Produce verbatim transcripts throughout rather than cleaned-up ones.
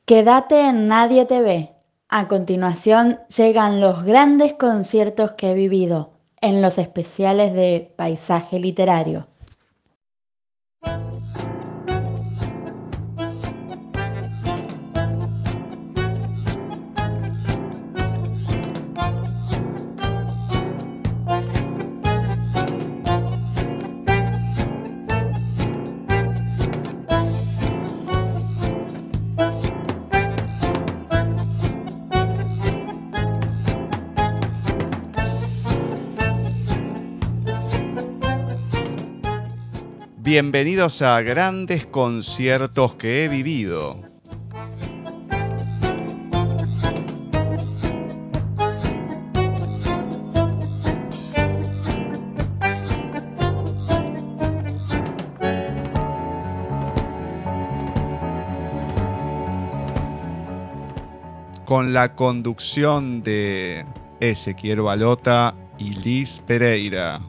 Quédate en Nadie te ve. A continuación llegan los grandes conciertos que he vivido en los especiales de Paisaje Literario. Bienvenidos a Grandes Conciertos que he vivido. Con la conducción de Ezequiel Balota y Liz Pereira.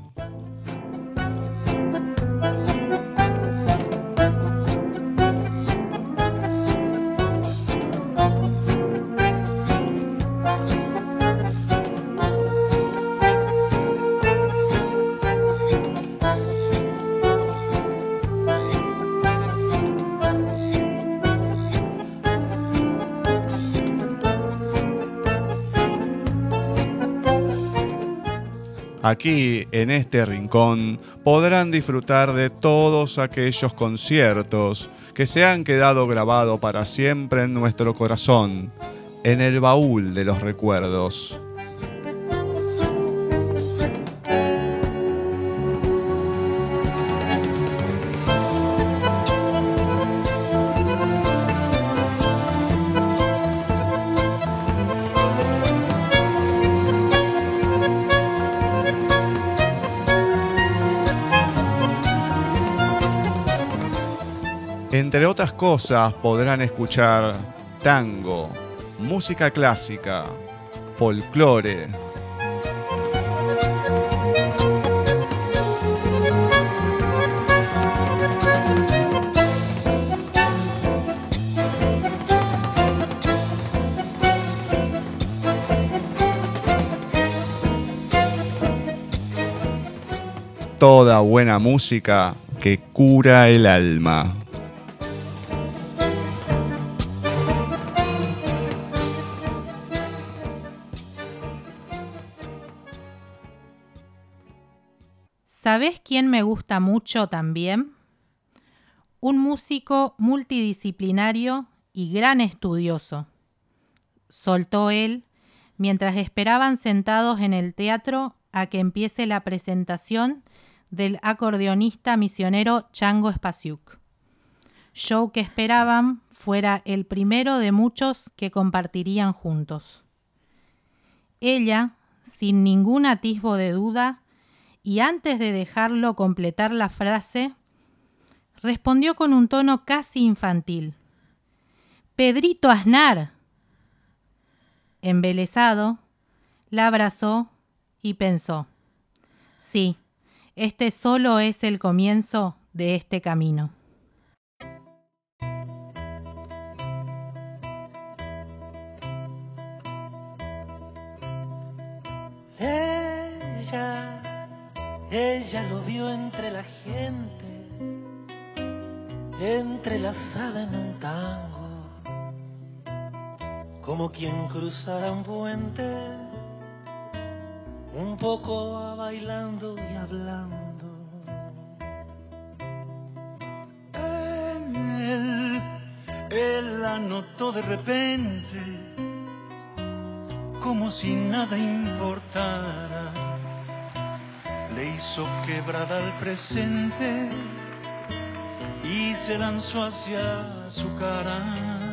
Aquí, en este rincón, podrán disfrutar de todos aquellos conciertos que se han quedado grabados para siempre en nuestro corazón, en el baúl de los recuerdos. Entre otras cosas, podrán escuchar tango, música clásica, folclore, toda buena música que cura el alma. ¿Sabés quién me gusta mucho también? Un músico multidisciplinario y gran estudioso, soltó él mientras esperaban sentados en el teatro a que empiece la presentación del acordeonista misionero Chango Spasiuk. Show que esperaban fuera el primero de muchos que compartirían juntos. Ella, sin ningún atisbo de duda, y antes de dejarlo completar la frase, respondió con un tono casi infantil: ¡Pedrito Aznar! Embelesado, la abrazó y pensó: sí, este solo es el comienzo de este camino. Ella Ella lo vio entre la gente, entrelazada en un tango, como quien cruzara un puente, un poco bailando y hablando. En él, él la notó de repente, como si nada importara. Le hizo quebrada al presente y se lanzó hacia su cara.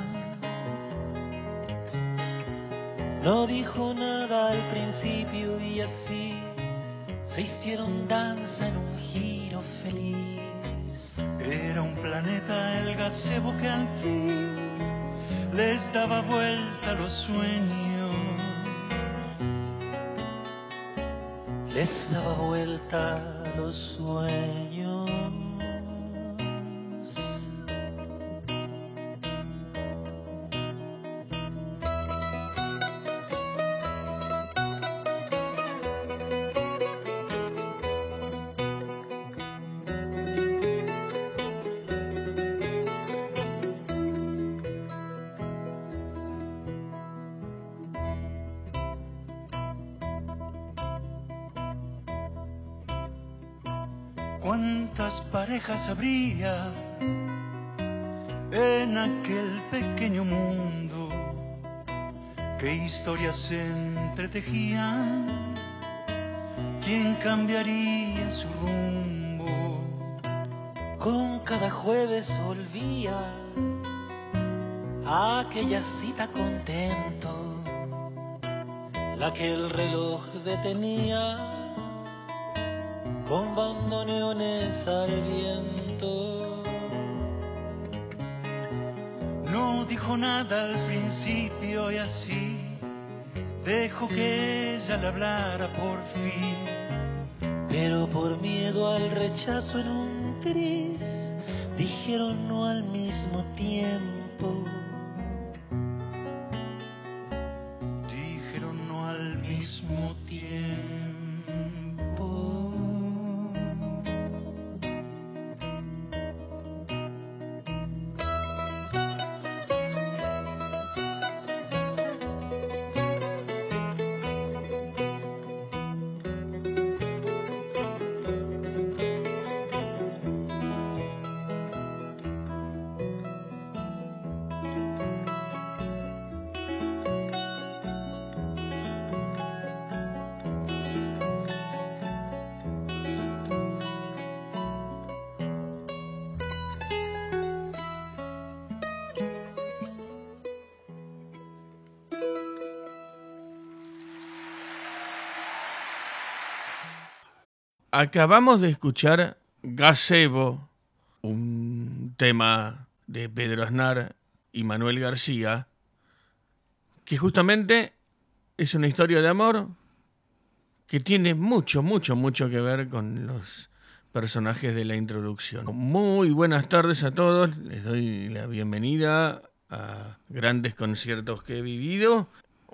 No dijo nada al principio y así se hicieron danza en un giro feliz. Era un planeta el gazebo que al fin les daba vuelta a los sueños. Les daba vuelta a los sueños. ¿Cuántas parejas habría en aquel pequeño mundo? ¿Qué historias se entretejían? ¿Quién cambiaría su rumbo? Con cada jueves volvía a aquella cita contento, la que el reloj detenía con bandoneones al viento. No dijo nada al principio y así dejó que ella le hablara por fin, pero por miedo al rechazo en un tris dijeron no al mismo tiempo. Dijeron no al mismo tiempo. Acabamos de escuchar Gazebo, un tema de Pedro Aznar y Manuel García, que justamente es una historia de amor que tiene mucho, mucho, mucho que ver con los personajes de la introducción. Muy buenas tardes a todos, les doy la bienvenida a Grandes Conciertos que he vivido.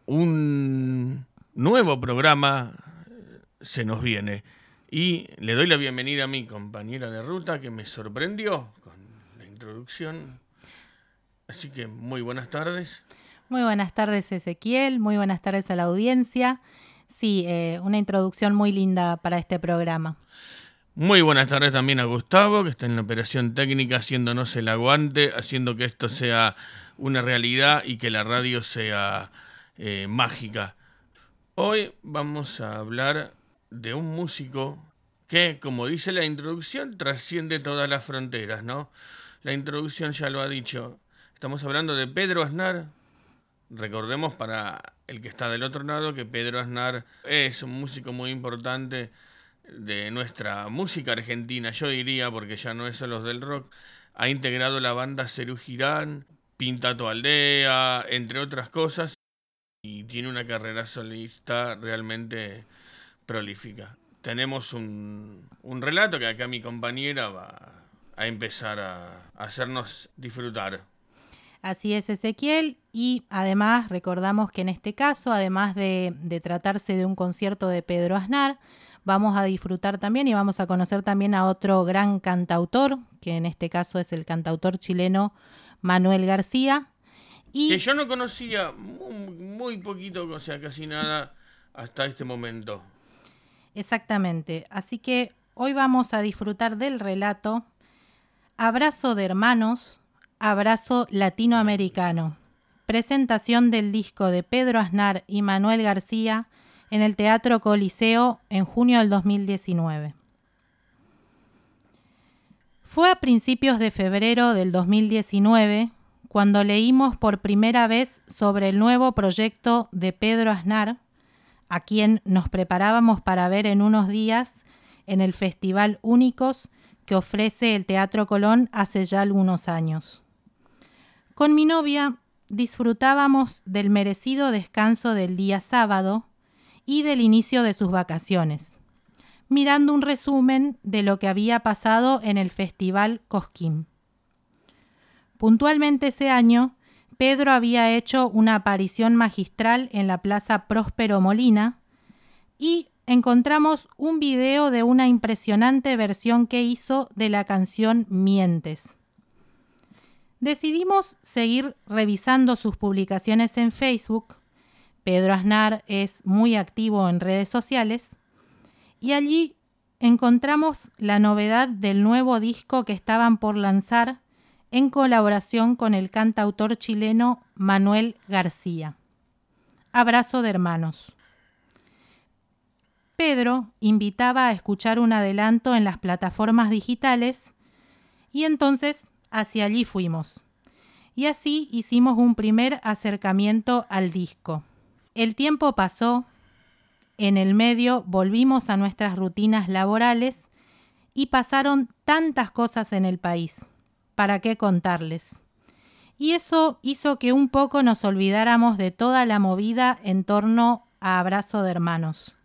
Un nuevo programa se nos viene. Y le doy la bienvenida a mi compañera de ruta que me sorprendió con la introducción. Así que muy buenas tardes. Muy buenas tardes, Ezequiel. Muy buenas tardes a la audiencia. Sí, eh, una introducción muy linda para este programa. Muy buenas tardes también a Gustavo, que está en la operación técnica haciéndonos el aguante, haciendo que esto sea una realidad y que la radio sea eh, mágica. Hoy vamos a hablar de un músico que, como dice la introducción, trasciende todas las fronteras, ¿no? La introducción ya lo ha dicho. Estamos hablando de Pedro Aznar. Recordemos para el que está del otro lado que Pedro Aznar es un músico muy importante de nuestra música argentina, yo diría, porque ya no es solo del rock. Ha integrado la banda Cerú Girán, Pinta tu Aldea, entre otras cosas, y tiene una carrera solista realmente prolífica. Tenemos un, un relato que acá mi compañera va a empezar a, a hacernos disfrutar. Así es, Ezequiel, y además recordamos que en este caso, además de, de tratarse de un concierto de Pedro Aznar, vamos a disfrutar también y vamos a conocer también a otro gran cantautor, que en este caso es el cantautor chileno Manuel García. Y que yo no conocía muy, muy poquito, o sea, casi nada hasta este momento. Exactamente, así que hoy vamos a disfrutar del relato Abrazo de Hermanos, Abrazo Latinoamericano, presentación del disco de Pedro Aznar y Manuel García en el Teatro Coliseo en junio del dos mil diecinueve. Fue a principios de febrero del dos mil diecinueve cuando leímos por primera vez sobre el nuevo proyecto de Pedro Aznar, a quien nos preparábamos para ver en unos días en el Festival Únicos que ofrece el Teatro Colón hace ya algunos años. Con mi novia disfrutábamos del merecido descanso del día sábado y del inicio de sus vacaciones, mirando un resumen de lo que había pasado en el Festival Cosquín. Puntualmente ese año, Pedro había hecho una aparición magistral en la Plaza Próspero Molina y encontramos un video de una impresionante versión que hizo de la canción Mientes. Decidimos seguir revisando sus publicaciones en Facebook. Pedro Aznar es muy activo en redes sociales y allí encontramos la novedad del nuevo disco que estaban por lanzar en colaboración con el cantautor chileno Manuel García. Abrazo de hermanos. Pedro invitaba a escuchar un adelanto en las plataformas digitales y entonces hacia allí fuimos. Y así hicimos un primer acercamiento al disco. El tiempo pasó, en el medio volvimos a nuestras rutinas laborales y pasaron tantas cosas en el país. ¿Para qué contarles? Y eso hizo que un poco nos olvidáramos de toda la movida en torno a Abrazo de Hermanos.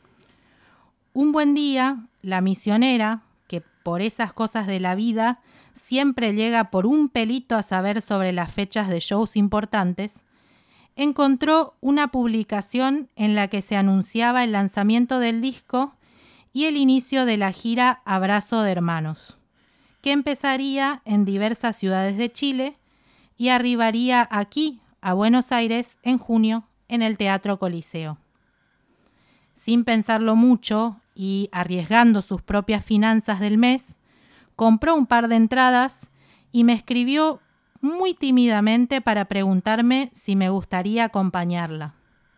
Un buen día, la misionera, que por esas cosas de la vida siempre llega por un pelito a saber sobre las fechas de shows importantes, encontró una publicación en la que se anunciaba el lanzamiento del disco y el inicio de la gira Abrazo de Hermanos, que empezaría en diversas ciudades de Chile y arribaría aquí, a Buenos Aires, en junio, en el Teatro Coliseo. Sin pensarlo mucho y arriesgando sus propias finanzas del mes, compró un par de entradas y me escribió muy tímidamente para preguntarme si me gustaría acompañarla.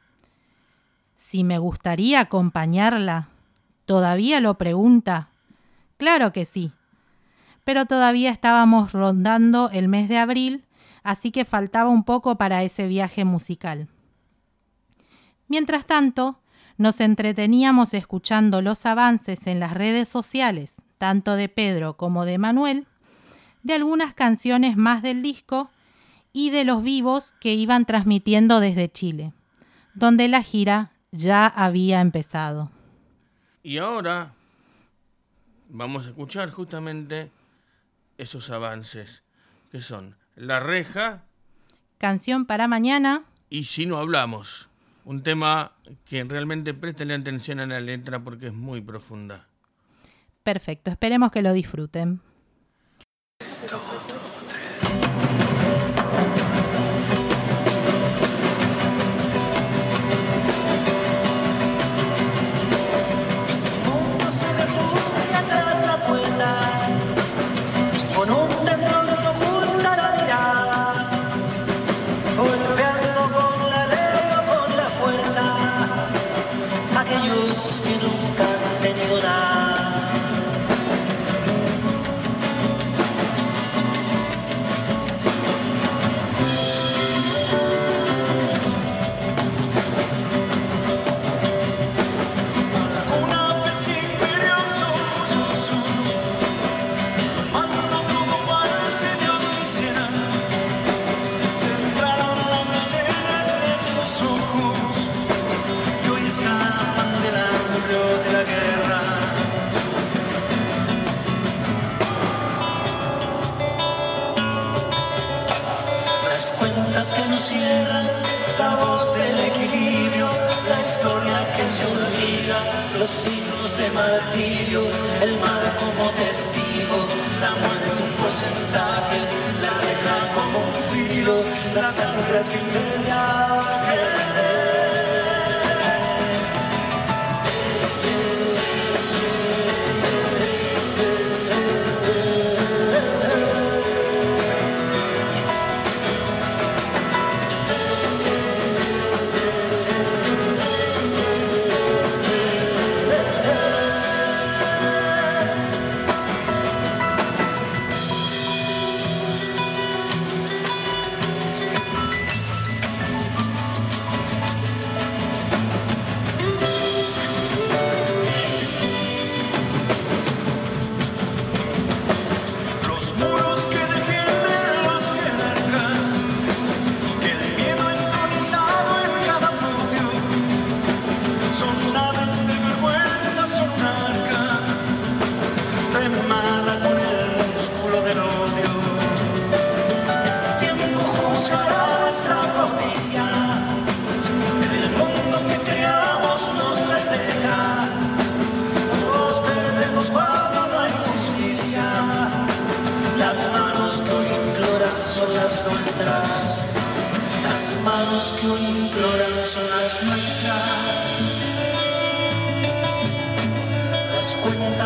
¿Si me gustaría acompañarla? ¿Todavía lo pregunta? Claro que sí. Pero todavía estábamos rondando el mes de abril, así que faltaba un poco para ese viaje musical. Mientras tanto, nos entreteníamos escuchando los avances en las redes sociales, tanto de Pedro como de Manuel, de algunas canciones más del disco y de los vivos que iban transmitiendo desde Chile, donde la gira ya había empezado. Y ahora vamos a escuchar justamente esos avances, que son La Reja, Canción para Mañana y Si no hablamos, un tema que realmente prestenle atención a la letra porque es muy profunda. Perfecto, esperemos que lo disfruten. Que no cierran, la voz del equilibrio, la historia que se olvida, los signos de martirio, el mar como testigo, la muerte un porcentaje, la reja como un filo, la sangre al fin del viaje. manos que hoy imploran son las nuestras. Las cuentas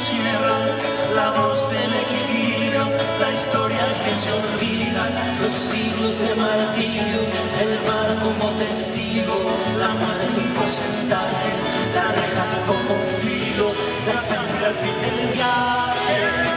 cierran, la voz del equilibrio, la historia que se olvida, los siglos de martirio, el mar como testigo, la muerte un porcentaje, la reja como un filo, la sangre al fin del viaje.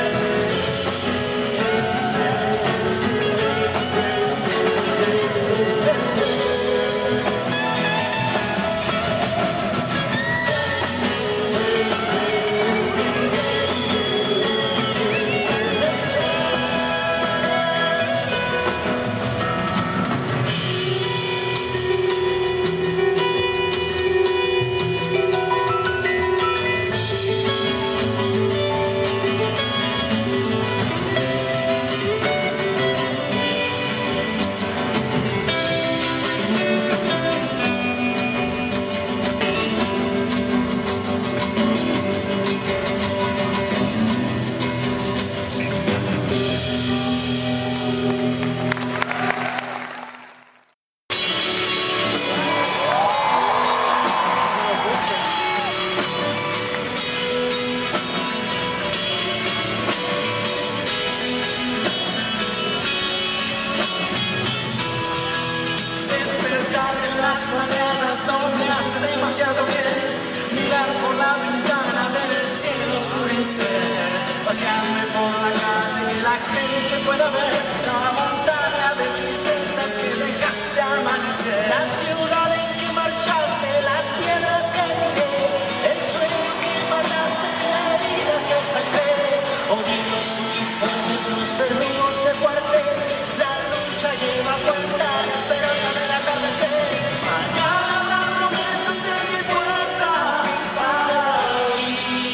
Pasearme por la calle que la gente pueda ver la montaña de tristezas que dejaste amanecer. La ciudad en que marchaste, las piedras que tiré, el sueño que mataste, la herida que saqué. Odié los uniformes, los verdugos de cuartel. La lucha lleva puesta la esperanza del atardecer. Mañana la promesa en mi puerta para mí.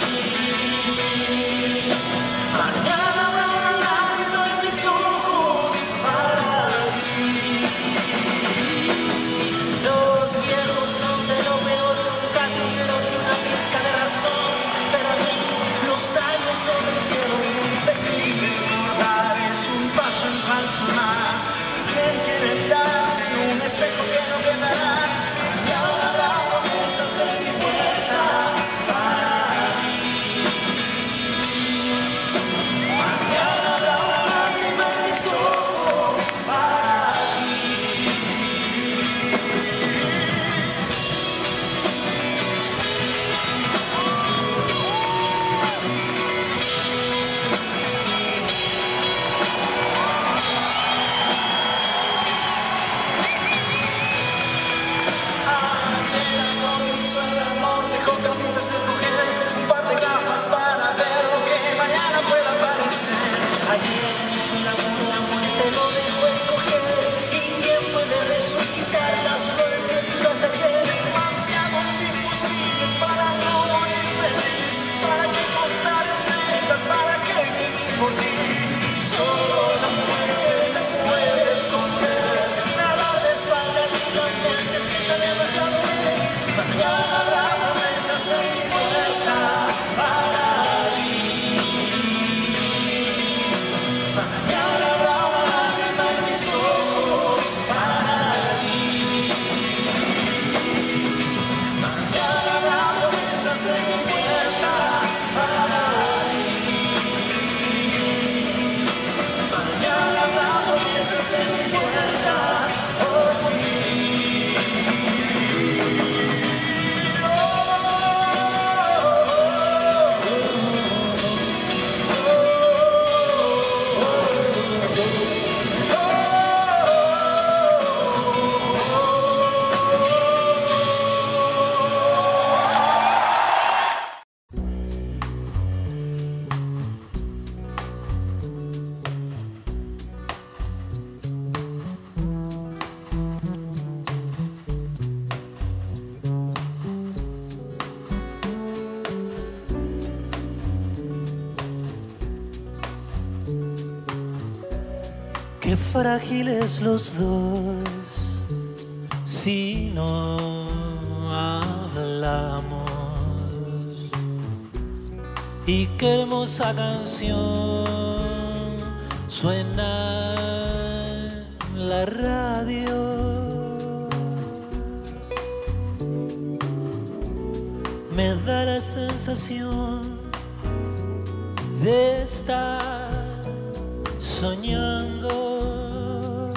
Mañana habrá una lágrima en mis ojos para ti. Los viejos son de lo peor, nunca tuvieron ni una pizca de razón, pero a mí los años no me hicieron muy feliz. Recordar es un paso en falso más. ¿Quién quiere darse en un espejo que no quedará? Mañana habrá promesas en mi puerta para mí. Mañana habrá una lágrima en mis ojos para ti. Ayer comenzó el amor, dejó camisas de mujer, un par de gafas para ver lo que mañana pueda aparecer. Ayer fue el amor, la muerte lo dejó escoger, y quién puede resucitar las flores que quiso hasta ayer. Demasiados imposibles para no morir feliz, para que contar estrellas, para que vivir por ti. Solo la muerte me puede esconder, nada de espaldas ni la mente sienta demasiado bien. Mañana habrá promesas en mi puerta para ti. Mañana habrá una lágrima en mis ojos para ti. Mañana habrá promesas en mi puerta para ti. Mañana habrá promesas en mi puerta por ti. Qué frágiles los dos si no hablamos. Y qué hermosa canción suena en la radio. Me da la sensación de estar soñando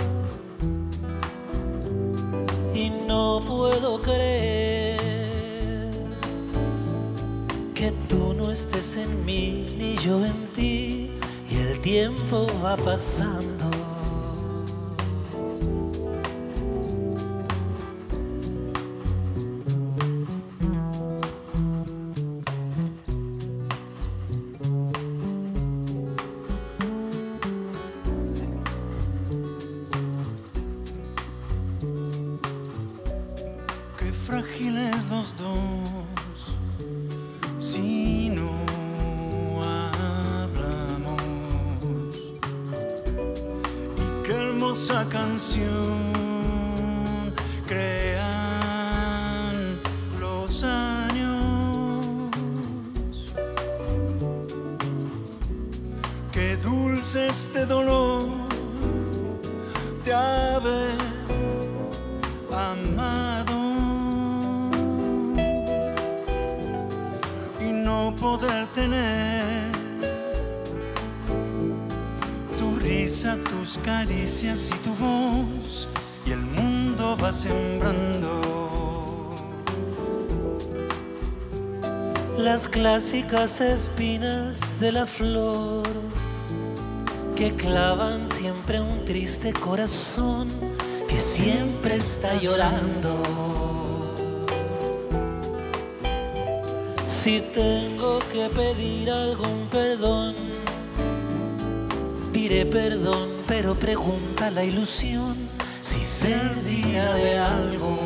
y no puedo creer que tú no estés en mí ni yo en ti y el tiempo va pasando. Frágiles los dos si no hablamos, y qué hermosa canción crean los años, qué dulce este dolor de haber amado poder tener tu risa, tus caricias y tu voz, y el mundo va sembrando las clásicas espinas de la flor que clavan siempre un triste corazón que siempre está llorando. Si tengo que pedir algún perdón, diré perdón, pero pregunta la ilusión si servirá de algo.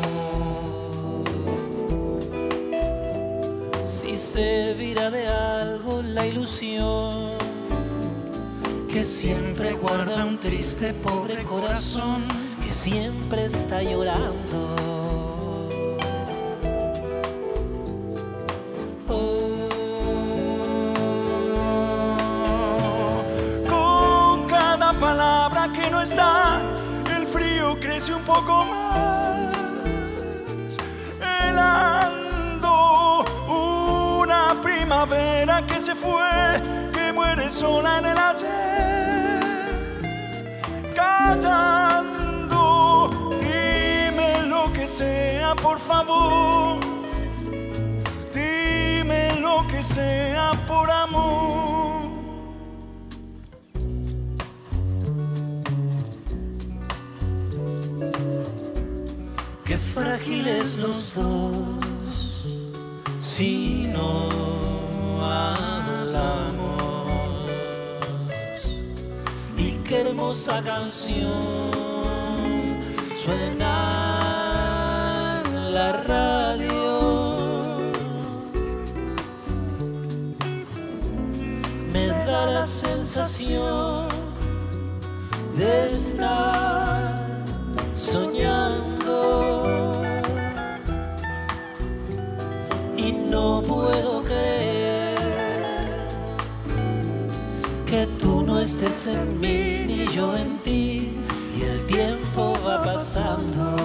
Si servirá de algo la ilusión que siempre guarda un triste pobre corazón que siempre está llorando. Palabra que no está, el frío crece un poco más, helando una primavera que se fue, que muere sola en el ayer, callando. Dime lo que sea, por favor, dime lo que sea por amor. Qué frágiles los dos si no hablamos, y qué hermosa canción suena en la radio, me da la sensación de estar soñando. Y no puedo creer que tú no estés en mí ni yo en ti y el tiempo va pasando.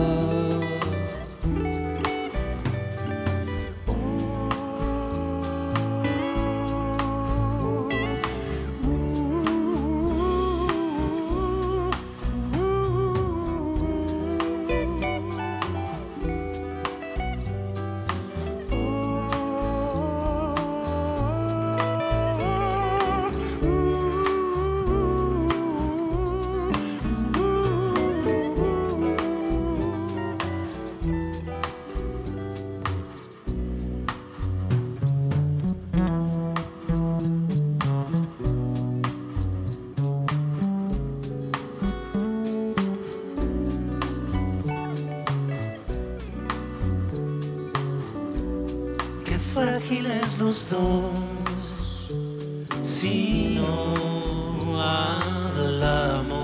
Frágiles los dos si no hablamos.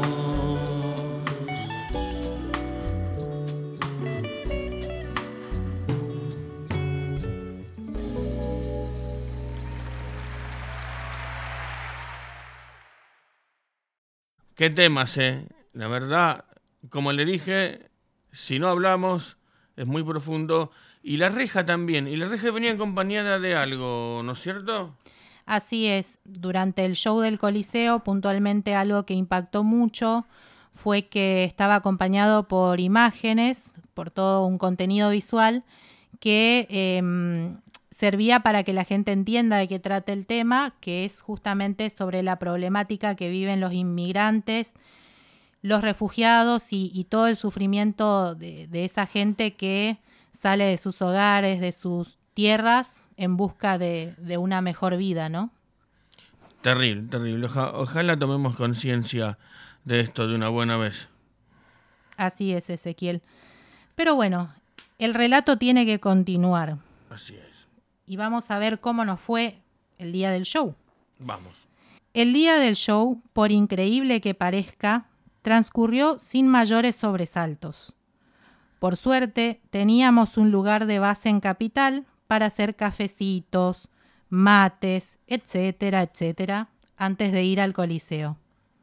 Qué temas, eh. La verdad, como le dije, si no hablamos, es muy profundo. Y La Reja también. Y La Reja venía acompañada de algo, ¿no es cierto? Así es, durante el show del Coliseo, puntualmente algo que impactó mucho fue que estaba acompañado por imágenes, por todo un contenido visual que eh, servía para que la gente entienda de qué trata el tema, que es justamente sobre la problemática que viven los inmigrantes, los refugiados y, y todo el sufrimiento de, de esa gente que sale de sus hogares, de sus tierras, en busca de, de una mejor vida, ¿no? Terrible, terrible. Oja, ojalá tomemos conciencia de esto de una buena vez. Así es, Ezequiel. Pero bueno, el relato tiene que continuar. Así es. Y vamos a ver cómo nos fue el día del show. Vamos. El día del show, por increíble que parezca, transcurrió sin mayores sobresaltos. Por suerte, teníamos un lugar de base en Capital para hacer cafecitos, mates, etcétera, etcétera, antes de ir al Coliseo.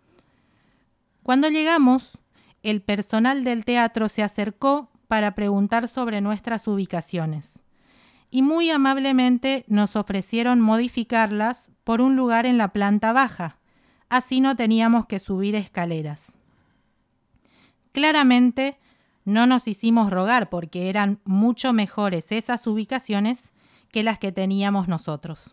Cuando llegamos, el personal del teatro se acercó para preguntar sobre nuestras ubicaciones y muy amablemente nos ofrecieron modificarlas por un lugar en la planta baja, así no teníamos que subir escaleras. Claramente no nos hicimos rogar porque eran mucho mejores esas ubicaciones que las que teníamos nosotros.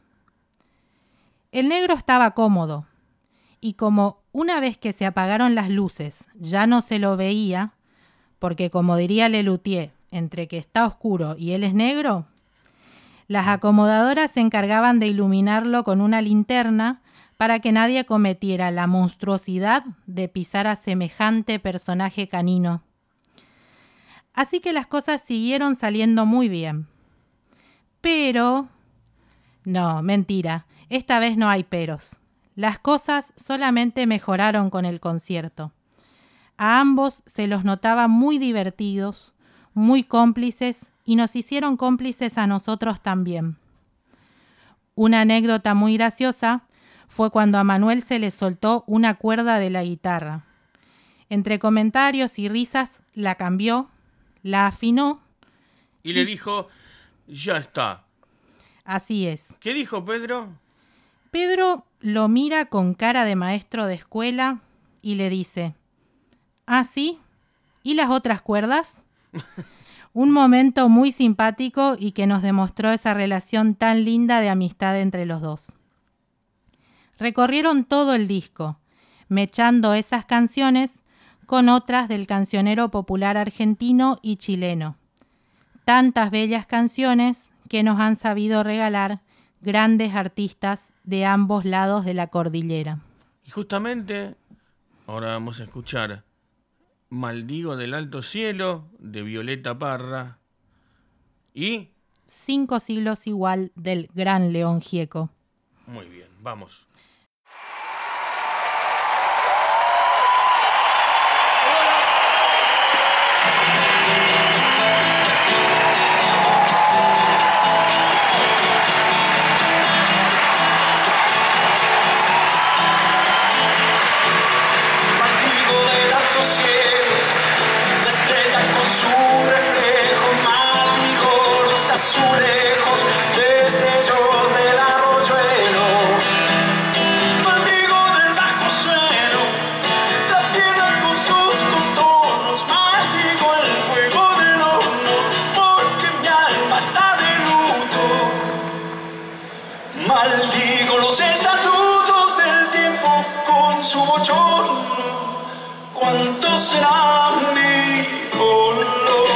El negro estaba cómodo y como una vez que se apagaron las luces ya no se lo veía, porque como diría Lelutier, entre que está oscuro y él es negro, las acomodadoras se encargaban de iluminarlo con una linterna para que nadie cometiera la monstruosidad de pisar a semejante personaje canino. Así que las cosas siguieron saliendo muy bien. Pero... No, mentira, esta vez no hay peros. Las cosas solamente mejoraron con el concierto. A ambos se los notaba muy divertidos, muy cómplices y nos hicieron cómplices a nosotros también. Una anécdota muy graciosa fue cuando a Manuel se le soltó una cuerda de la guitarra. Entre comentarios y risas la cambió, la afinó. Y le dijo, ya está. Así es. ¿Qué dijo Pedro? Pedro lo mira con cara de maestro de escuela y le dice, ¿ah, sí? ¿Y las otras cuerdas? Un momento muy simpático y que nos demostró esa relación tan linda de amistad entre los dos. Recorrieron todo el disco, mechando esas canciones con otras del cancionero popular argentino y chileno. Tantas bellas canciones que nos han sabido regalar grandes artistas de ambos lados de la cordillera. Y justamente ahora vamos a escuchar Maldigo del Alto Cielo de Violeta Parra y Cinco siglos igual del gran León Gieco. Muy bien, vamos. Azulejos, destellos del arroyuelo. Maldigo del bajo suelo, la piedra con sus contornos. Maldigo el fuego del horno, porque mi alma está de luto. Maldigo los estatutos del tiempo con su bochorno. ¿Cuánto será mi dolor?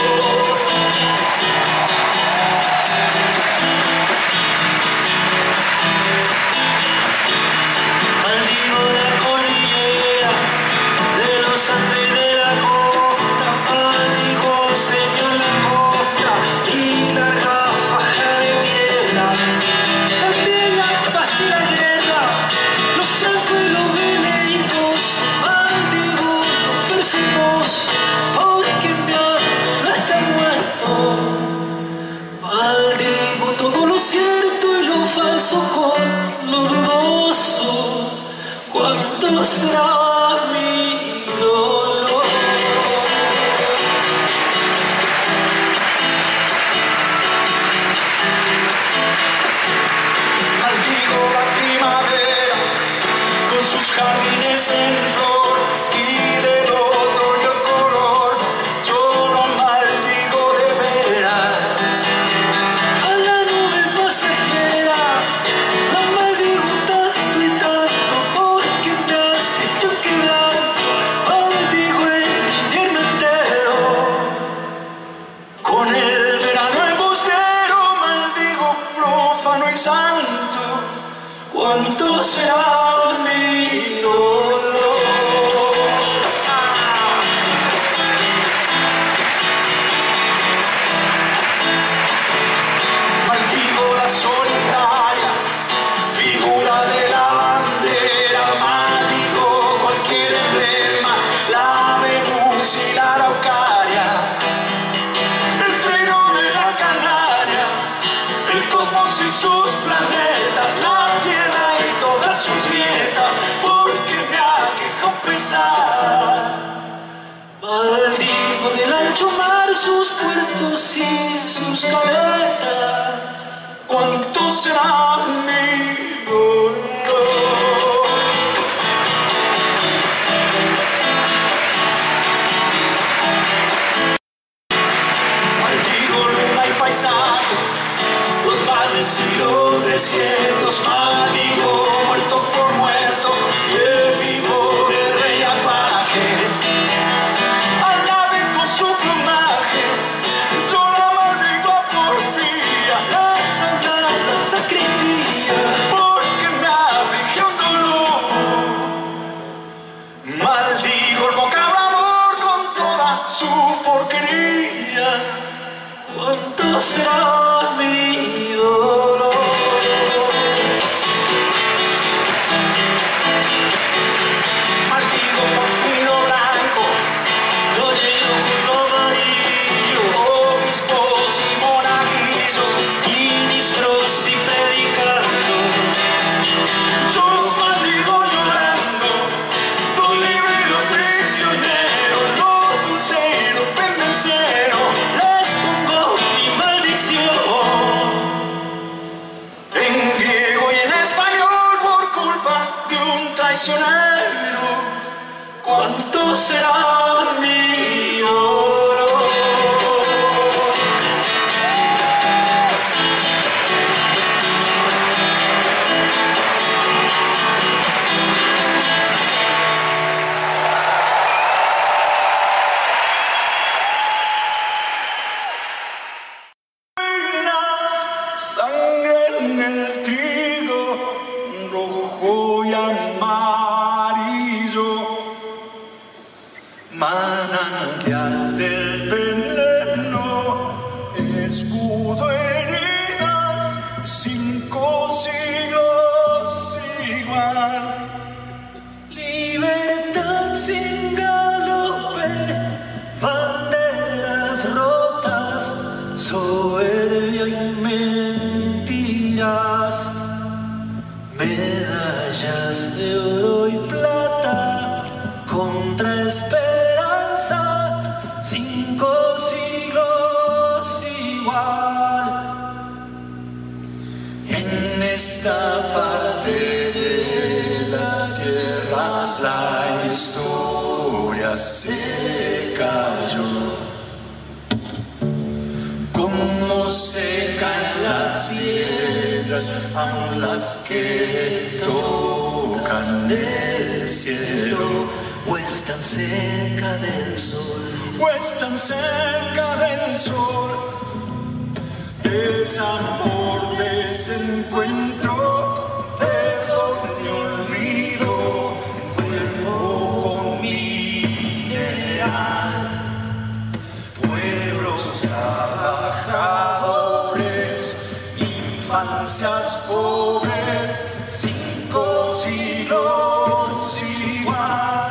Con lo dudoso, ¿cuánto será mi dolor? Maldigo la vida. ¿Cuánto será mi dolor? Maldigo la solitaria figura de la bandera, maldigo cualquier emblema, la Venus y la Araucaria, el treno de la Canaria, el cosmos y sus planetas, la Tierra y todas sus grietas, porque me aqueja pesar. Maldigo del ancho mar sus puertos y sus caletas. ¿Cuánto será mi dolor? Maldigo luna y paisaje, los valles y los desiertos, maldigo muerto por muerto y el vivo de rey apaje. Alaben con su plumaje, yo la maldigo a porfía, la santa, la sacristía, porque me aflige un dolor. Maldigo el vocablo amor con toda su porquería. ¿Cuánto será mi dolor? Maldigo por fino blanco, lo lleno con lo amarillo, obispos y monaguillos, ministros y predicantes. Yo los maldigo llorando, lo libre y lo prisionero, lo dulce y lo pendenciero. Les pongo mi maldición en griego y en español por culpa de un traicionero. ¿Cuánto será mi dolor? Sangre en el trigo, rojo y amarillo, manantial del veneno, escudo, heridas, cinco siglos igual. Libertad sin galope, banderas rotas, soberbia y mentiras, medallas de oro y plata contra esperanza, cinco siglos igual. En esta parte de la tierra la historia se cayó. Como se caen las piedras, aun las que tocan el cielo, o están cerca del sol, o están cerca del sol. Desamor, desencuentro, perdón y olvido, cuerpo con mineral, pueblos trabajadores, infancias pobres, cinco siglos igual.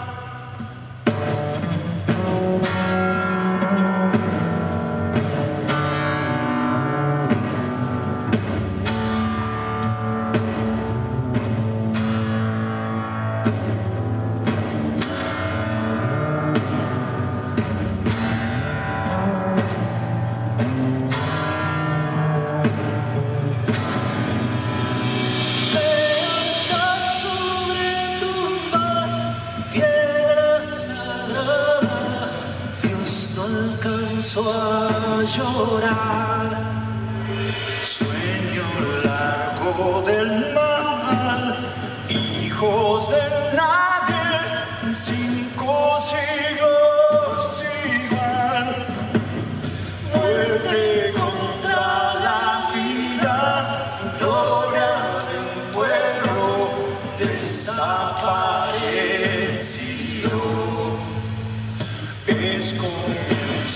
A llorar, sueño largo del mal, hijos de nadie, cinco siglos igual, muerte contra la vida, gloria de un pueblo,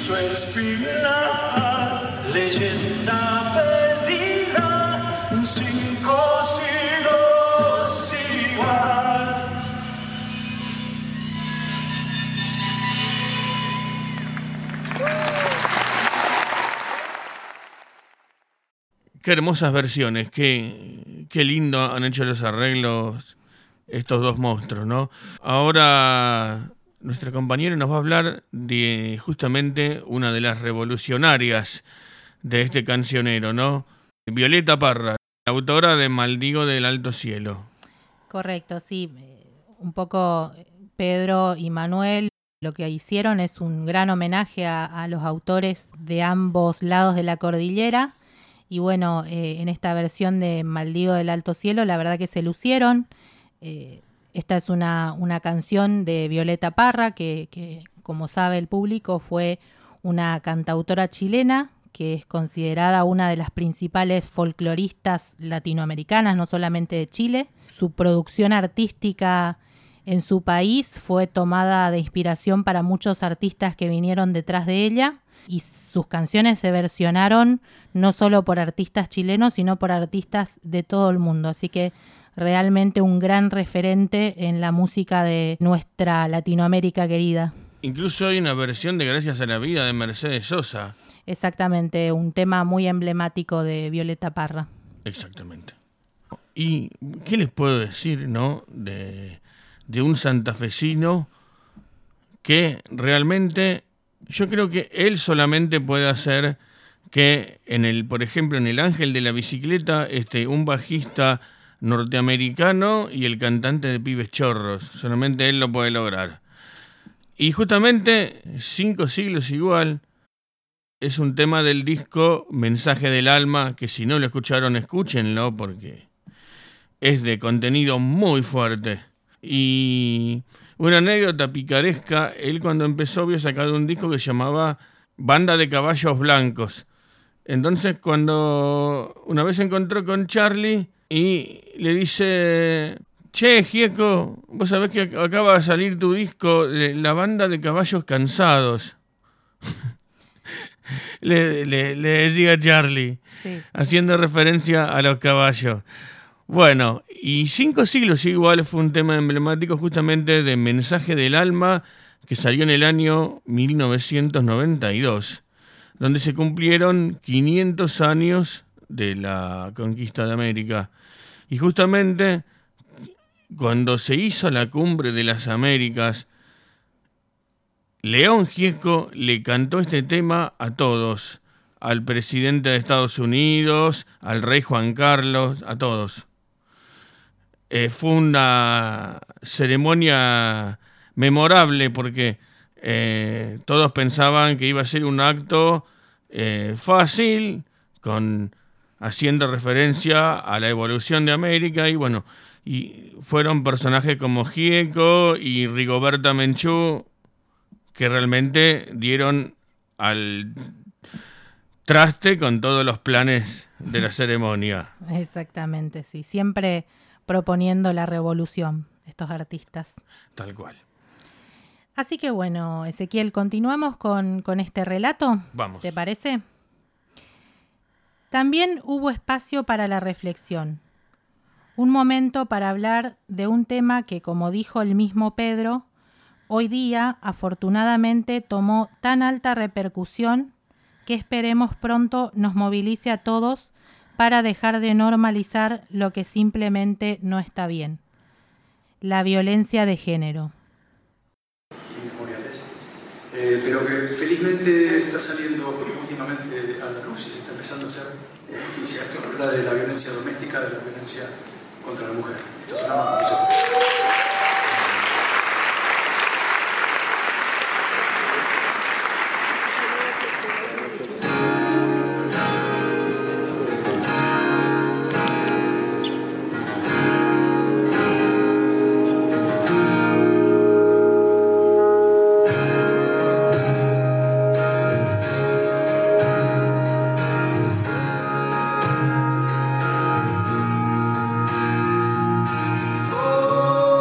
juicio es final, leyenda perdida, cinco siglos igual. Qué hermosas versiones, qué, qué lindo han hecho los arreglos estos dos monstruos, ¿no? Ahora nuestra compañera nos va a hablar de justamente una de las revolucionarias de este cancionero, ¿no? Violeta Parra, autora de Maldigo del Alto Cielo. Correcto, sí. Un poco Pedro y Manuel lo que hicieron es un gran homenaje a, a los autores de ambos lados de la cordillera. Y bueno, eh, en esta versión de Maldigo del Alto Cielo, la verdad que se lucieron. Eh, esta es una, una canción de Violeta Parra, que, que como sabe el público fue una cantautora chilena, que es considerada una de las principales folcloristas latinoamericanas, no solamente de Chile. Su producción artística en su país fue tomada de inspiración para muchos artistas que vinieron detrás de ella. Y sus canciones se versionaron no solo por artistas chilenos, sino por artistas de todo el mundo. Así que realmente un gran referente en la música de nuestra Latinoamérica querida. Incluso hay una versión de Gracias a la Vida de Mercedes Sosa. Exactamente, un tema muy emblemático de Violeta Parra. Exactamente. ¿Y qué les puedo decir, no? De, de un santafesino que realmente... Yo creo que él solamente puede hacer que, en el, por ejemplo, en El Ángel de la Bicicleta, este, un bajista norteamericano y el cantante de Pibes Chorros. Solamente él lo puede lograr. Y justamente, Cinco Siglos Igual, es un tema del disco Mensaje del Alma, que si no lo escucharon, escúchenlo, porque es de contenido muy fuerte. Y... una anécdota picaresca, él cuando empezó había sacado un disco que se llamaba Banda de Caballos Blancos. Entonces cuando una vez se encontró con Charlie y le dice, che, Gieco, vos sabés que acaba de salir tu disco, La Banda de Caballos Cansados. le, le, le decía Charlie, sí, haciendo referencia a los caballos. Bueno, y Cinco Siglos Igual fue un tema emblemático justamente de Mensaje del Alma, que salió en el año mil novecientos noventa y dos, donde se cumplieron quinientos años de la conquista de América. Y justamente cuando se hizo la Cumbre de las Américas, León Gieco le cantó este tema a todos, al presidente de Estados Unidos, al rey Juan Carlos, a todos. Eh, fue una ceremonia memorable porque eh, todos pensaban que iba a ser un acto eh, fácil, con, haciendo referencia a la evolución de América, y bueno, y fueron personajes como Gieco y Rigoberta Menchú que realmente dieron al traste con todos los planes de la ceremonia. Exactamente, sí, siempre proponiendo la revolución, estos artistas. Tal cual. Así que bueno, Ezequiel, continuamos con, con este relato. Vamos. ¿Te parece? También hubo espacio para la reflexión. Un momento para hablar de un tema que, como dijo el mismo Pedro, hoy día afortunadamente tomó tan alta repercusión que esperemos pronto nos movilice a todos para dejar de normalizar lo que simplemente no está bien. La violencia de género. Inmemoriales. Eh, pero que felizmente está saliendo últimamente a la luz y se está empezando a hacer justicia. Esto habla de la violencia doméstica, de la violencia contra la mujer. Esto es una maravilla. Oh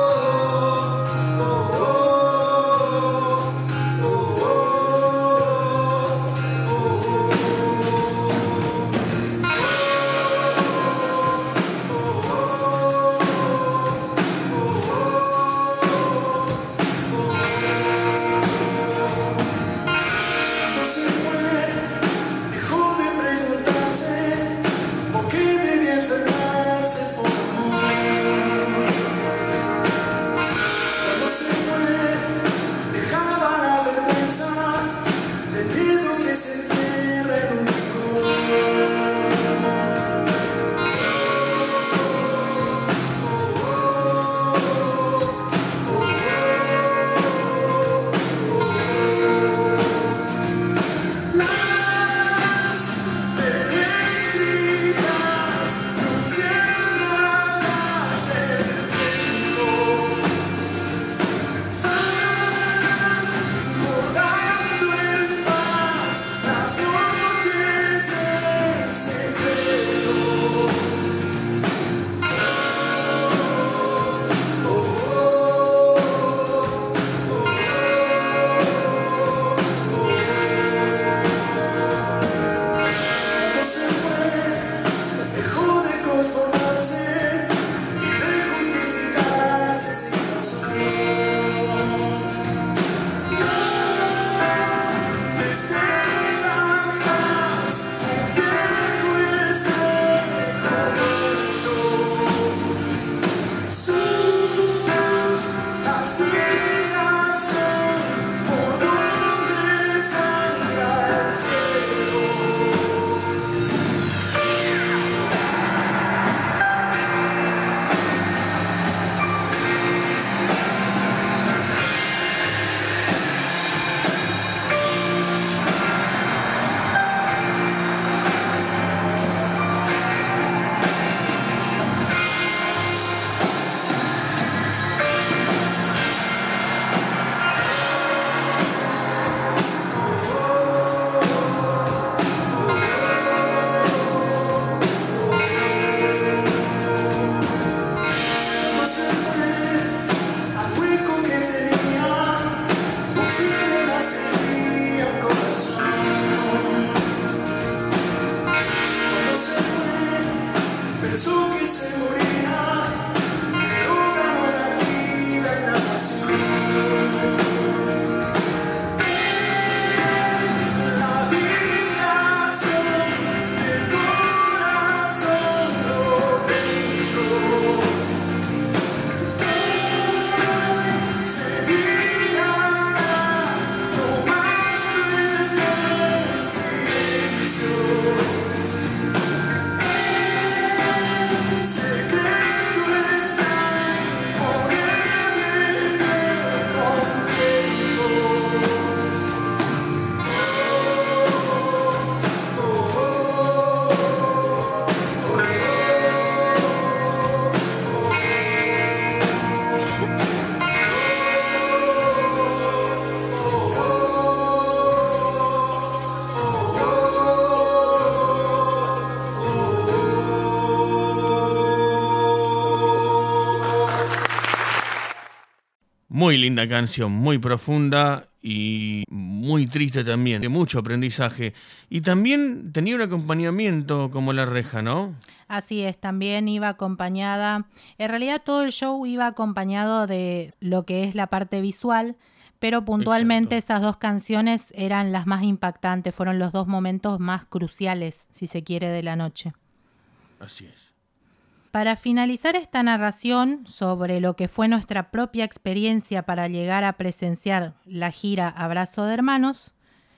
Muy linda canción, muy profunda y muy triste también, de mucho aprendizaje. Y también tenía un acompañamiento como La Reja, ¿no? Así es, también iba acompañada, en realidad todo el show iba acompañado de lo que es la parte visual, pero puntualmente Exacto. esas dos canciones eran las más impactantes, fueron los dos momentos más cruciales, si se quiere, de la noche. Así es. Para finalizar esta narración sobre lo que fue nuestra propia experiencia para llegar a presenciar la gira Abrazo de Hermanos,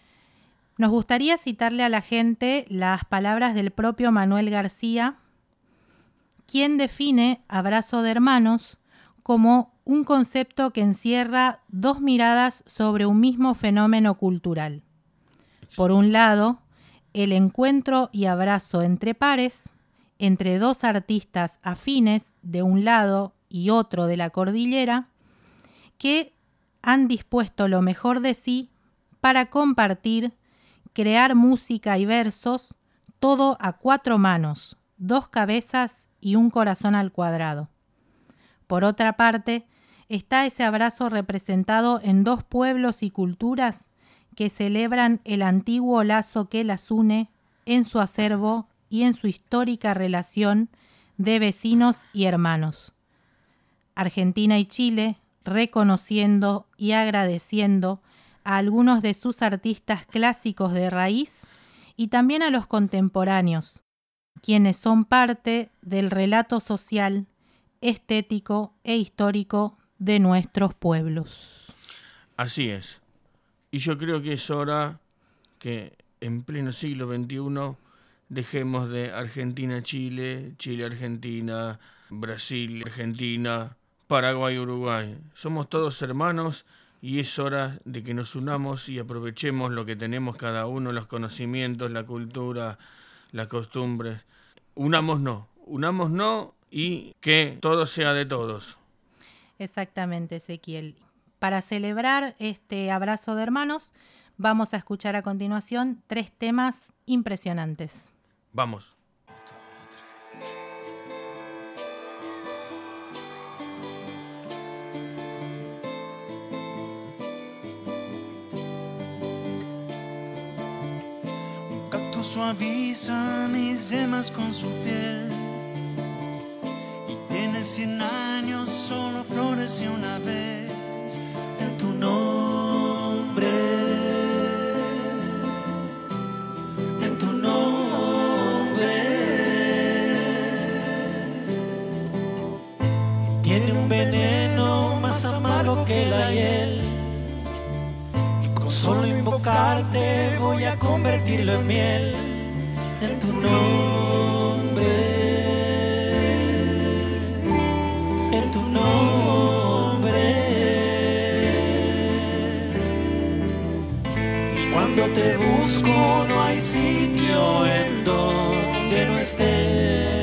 nos gustaría citarle a la gente las palabras del propio Manuel García, quien define Abrazo de Hermanos como un concepto que encierra dos miradas sobre un mismo fenómeno cultural. Por un lado, el encuentro y abrazo entre pares, entre dos artistas afines de un lado y otro de la cordillera, que han dispuesto lo mejor de sí para compartir, crear música y versos, todo a cuatro manos, dos cabezas y un corazón al cuadrado. Por otra parte, está ese abrazo representado en dos pueblos y culturas que celebran el antiguo lazo que las une en su acervo y en su histórica relación de vecinos y hermanos. Argentina y Chile reconociendo y agradeciendo a algunos de sus artistas clásicos de raíz y también a los contemporáneos, quienes son parte del relato social, estético e histórico de nuestros pueblos. Así es. Y yo creo que es hora que en pleno siglo veintiuno dejemos de Argentina-Chile, Chile-Argentina, Brasil-Argentina, Paraguay-Uruguay. Somos todos hermanos y es hora de que nos unamos y aprovechemos lo que tenemos cada uno, los conocimientos, la cultura, las costumbres. Unámonos, unámonos y que todo sea de todos. Exactamente, Ezequiel. Para celebrar este abrazo de hermanos, vamos a escuchar a continuación tres temas impresionantes. Vamos. Un cactus suaviza mis yemas con su piel y tiene cien años, solo floreció una vez en tu nombre. En tu nombre. Tiene un veneno más amargo que la hiel. Y con solo invocarte voy a convertirlo en miel. En tu nombre. En tu nombre. Y cuando te busco no hay sitio en donde no estés.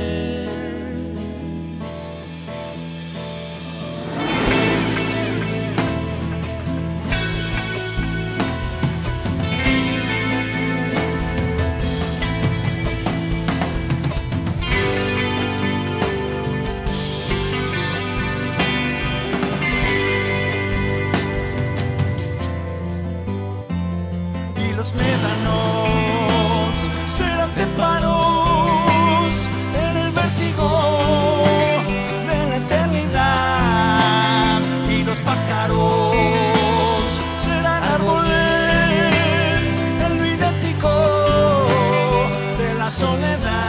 Los médanos serán tempanos en el vértigo de la eternidad, y los pájaros serán árboles en lo idéntico de la soledad.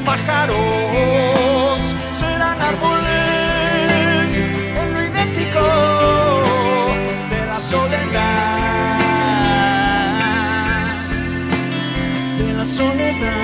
pájaros serán árboles en lo idéntico de la soledad, de la soledad.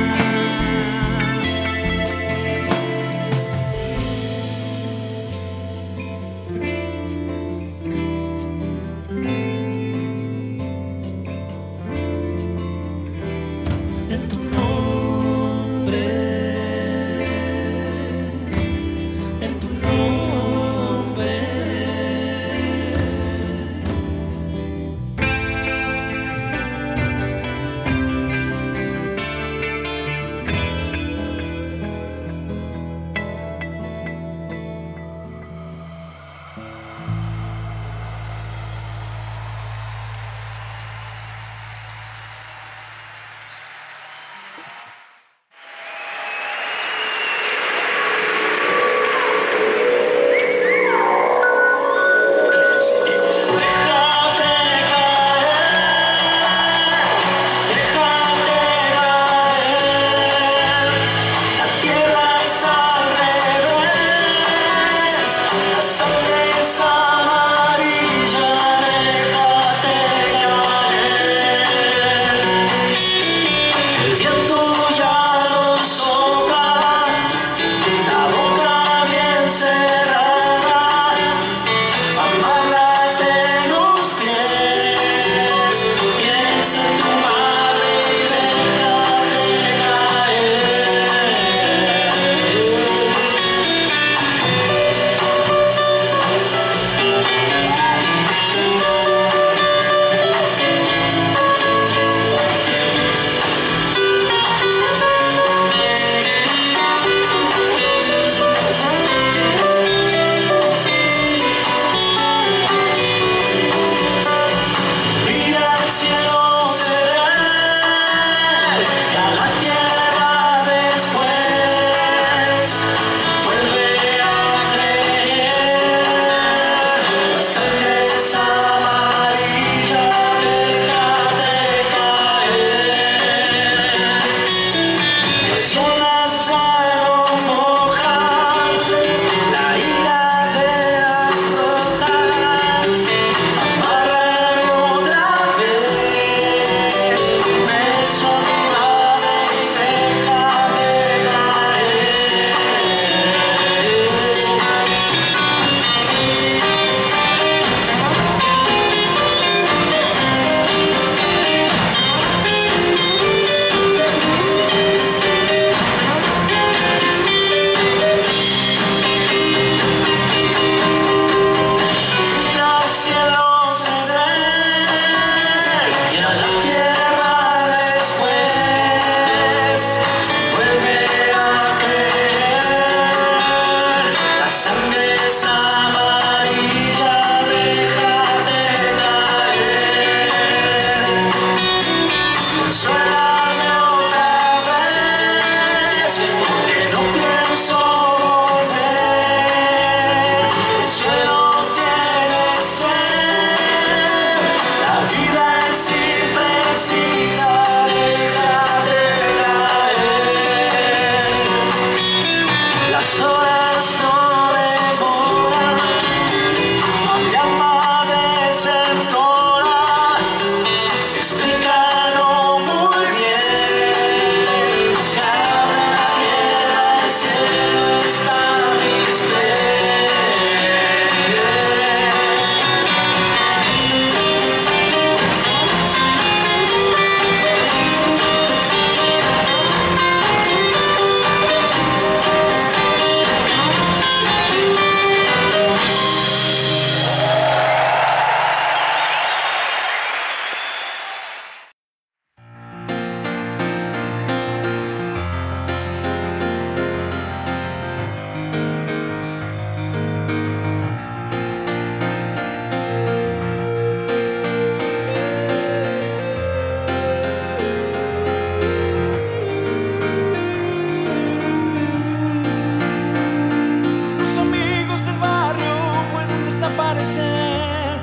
desaparecer.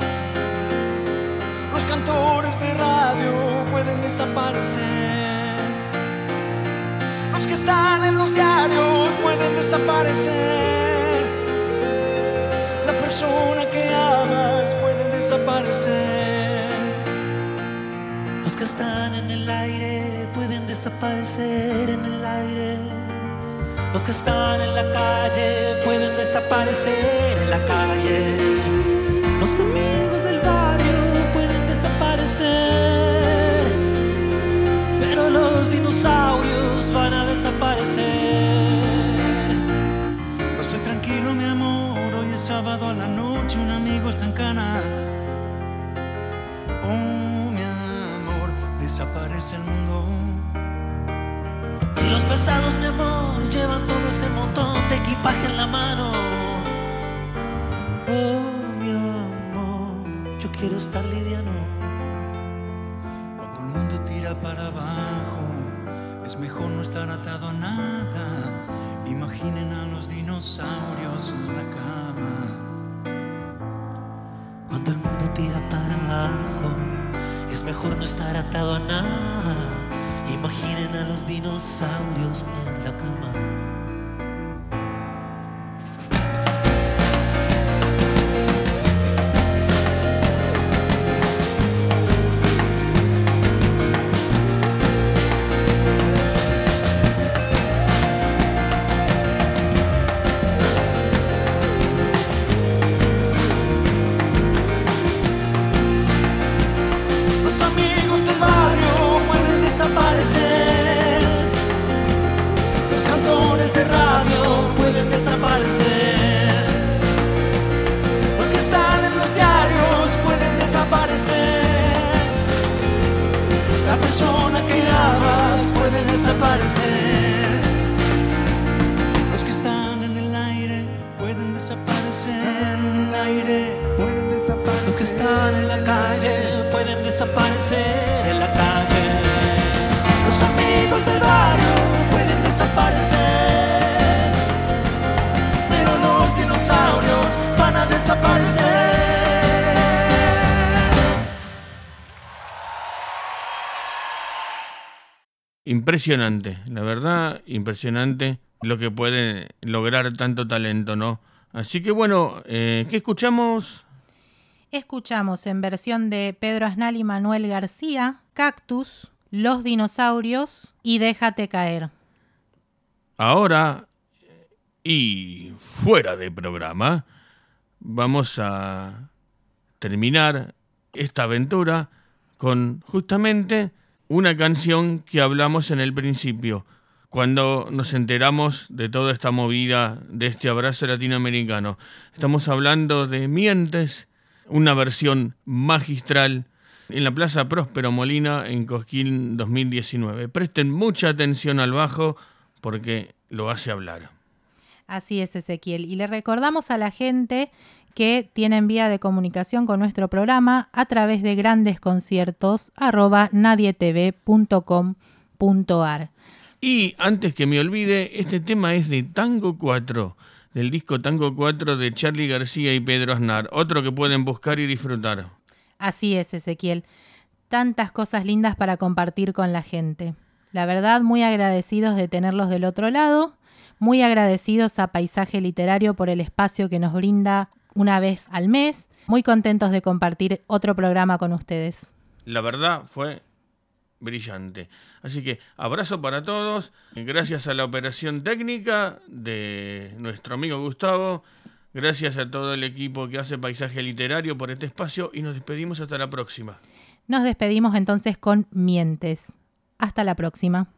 Los cantores de radio pueden desaparecer. Los que están en los diarios pueden desaparecer. La persona que amas puede desaparecer. Los que están en el aire pueden desaparecer en el aire. Los que están en la calle pueden desaparecer en la calle. Los amigos del barrio pueden desaparecer, pero los dinosaurios van a desaparecer. No estoy tranquilo, mi amor, hoy es sábado a la noche, un amigo está en cana. Oh, mi amor, desaparece el mundo. Si los pesados, mi amor, llevan todo ese montón de equipaje en la mano. Oh, mi amor, yo quiero estar liviano. Cuando el mundo tira para abajo, es mejor no estar atado a nada. Imaginen a los dinosaurios en la cama. Cuando el mundo tira para abajo, es mejor no estar atado a nada. Imaginen a los dinosaurios en la cama. Los amigos del barrio pueden desaparecer. Los cantores de radio pueden desaparecer. Los que están en los diarios pueden desaparecer. La persona que amas puede desaparecer. Los que están en el aire pueden desaparecer en el aire. Pueden desaparecer. Los que están en la calle pueden desaparecer en la calle. Los amigos del barrio pueden desaparecer, pero los dinosaurios van a desaparecer. Impresionante, la verdad, impresionante lo que puede lograr tanto talento, ¿no? Así que bueno, eh, ¿qué escuchamos? Escuchamos en versión de Pedro Aznar y Manuel García, Cactus, Los Dinosaurios y Déjate Caer. Ahora, y fuera de programa, vamos a terminar esta aventura con justamente una canción que hablamos en el principio, cuando nos enteramos de toda esta movida, de este abrazo latinoamericano. Estamos hablando de Mientes, una versión magistral en la Plaza Próspero Molina en Cosquín dos mil diecinueve. Presten mucha atención al bajo porque lo hace hablar. Así es, Ezequiel. Y le recordamos a la gente que tienen vía de comunicación con nuestro programa a través de grandesconciertos arroba nadietv punto com punto ar. Y antes que me olvide, este tema es de Tango cuatro, del disco Tango cuatro de Charly García y Pedro Aznar, otro que pueden buscar y disfrutar. Así es, Ezequiel. Tantas cosas lindas para compartir con la gente. La verdad, muy agradecidos de tenerlos del otro lado, muy agradecidos a Paisaje Literario por el espacio que nos brinda una vez al mes, muy contentos de compartir otro programa con ustedes. La verdad fue brillante. Así que abrazo para todos, gracias a la operación técnica de nuestro amigo Gustavo, gracias a todo el equipo que hace Paisaje Literario por este espacio y nos despedimos hasta la próxima. Nos despedimos entonces con Mientes. Hasta la próxima.